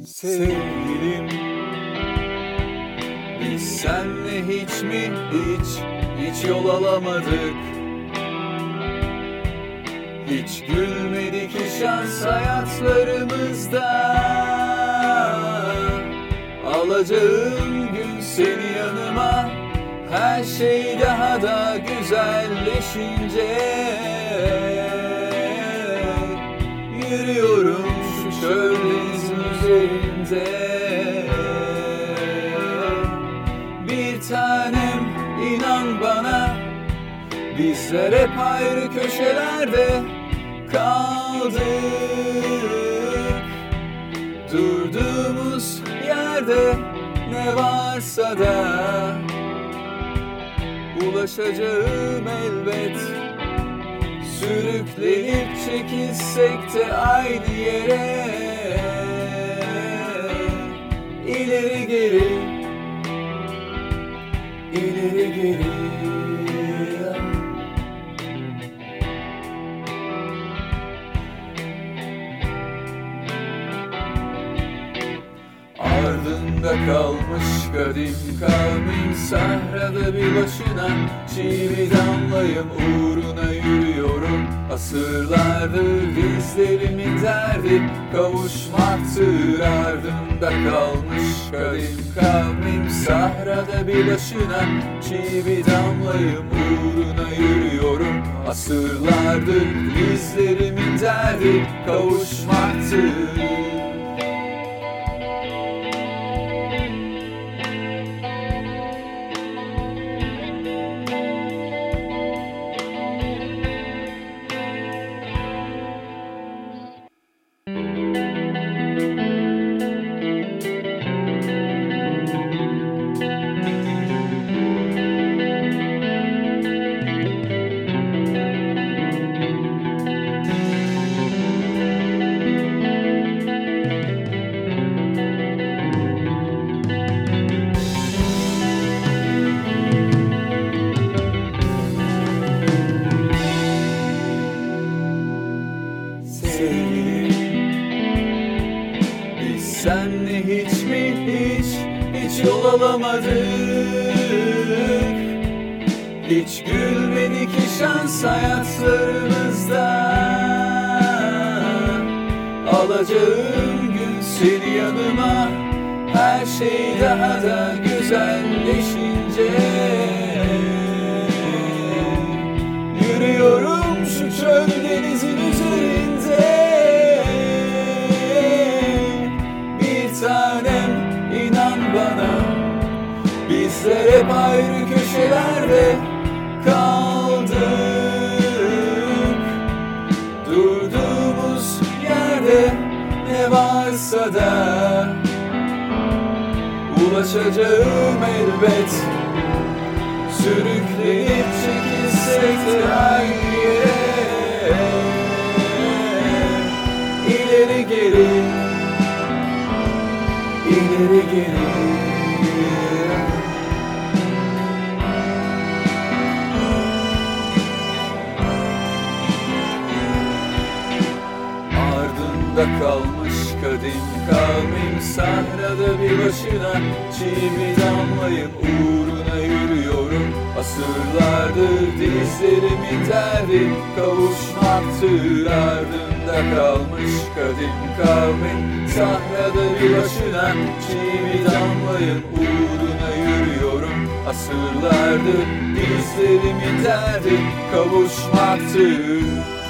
Sevgilim, biz senle hiç mi hiç yol alamadık? Hiç gülmedi ki şans hayatlarımızda. Alacağım gün seni yanıma, her şey daha da güzelleşince. Yürüyorum şu çöl denizin üzerinde. Bir tanem, inan bana, bizler hep ayrı köşelerde kaldık. Durduğumuz yerde ne varsa da ulaşacağım elbet. Sürüklenip çekilsek de aynı yere. İleri geri, ileri geri. Ardında kalmış kadim kavmin, sahrada bir başına çiğ damlayım, uğruna yürüyorum. Asırlardır dizlerimin derdi kavuşmaktır. Ardında kalmış kadim kavmin, sahrada bir başına çiğ damlayım, uğruna yürüyorum. Asırlardır dizlerimin derdi kavuşmaktır. Biz senle hiç mi hiç yol alamadık? Hiç gülmedi ki şans hayatlarımızda. Alacağım gün seni yanıma, her şey daha da güzelleşince. Yürüyorum şu çöl denizin üzerinde. Bir tanem, inan bana, bizler hep ayrı köşelerde kaldık. Durduğumuz yerde ne varsa da ulaşacağım elbet. Sürüklenip çekilsek de aynı yere. İleri geri, ileri geri. Ardında kalmış kadim kavmin, sahrada bir başına çiğ bir damlayım, uğruna yürüyorum. Asırlardır dizlerimin derdi kavuşmaktır. Ardında kalmış kadim kavmin, sahrada bir başına çiğ bir damlayım, uğruna yürüyorum. Asırlardır dizlerimin derdi kavuşmaktır.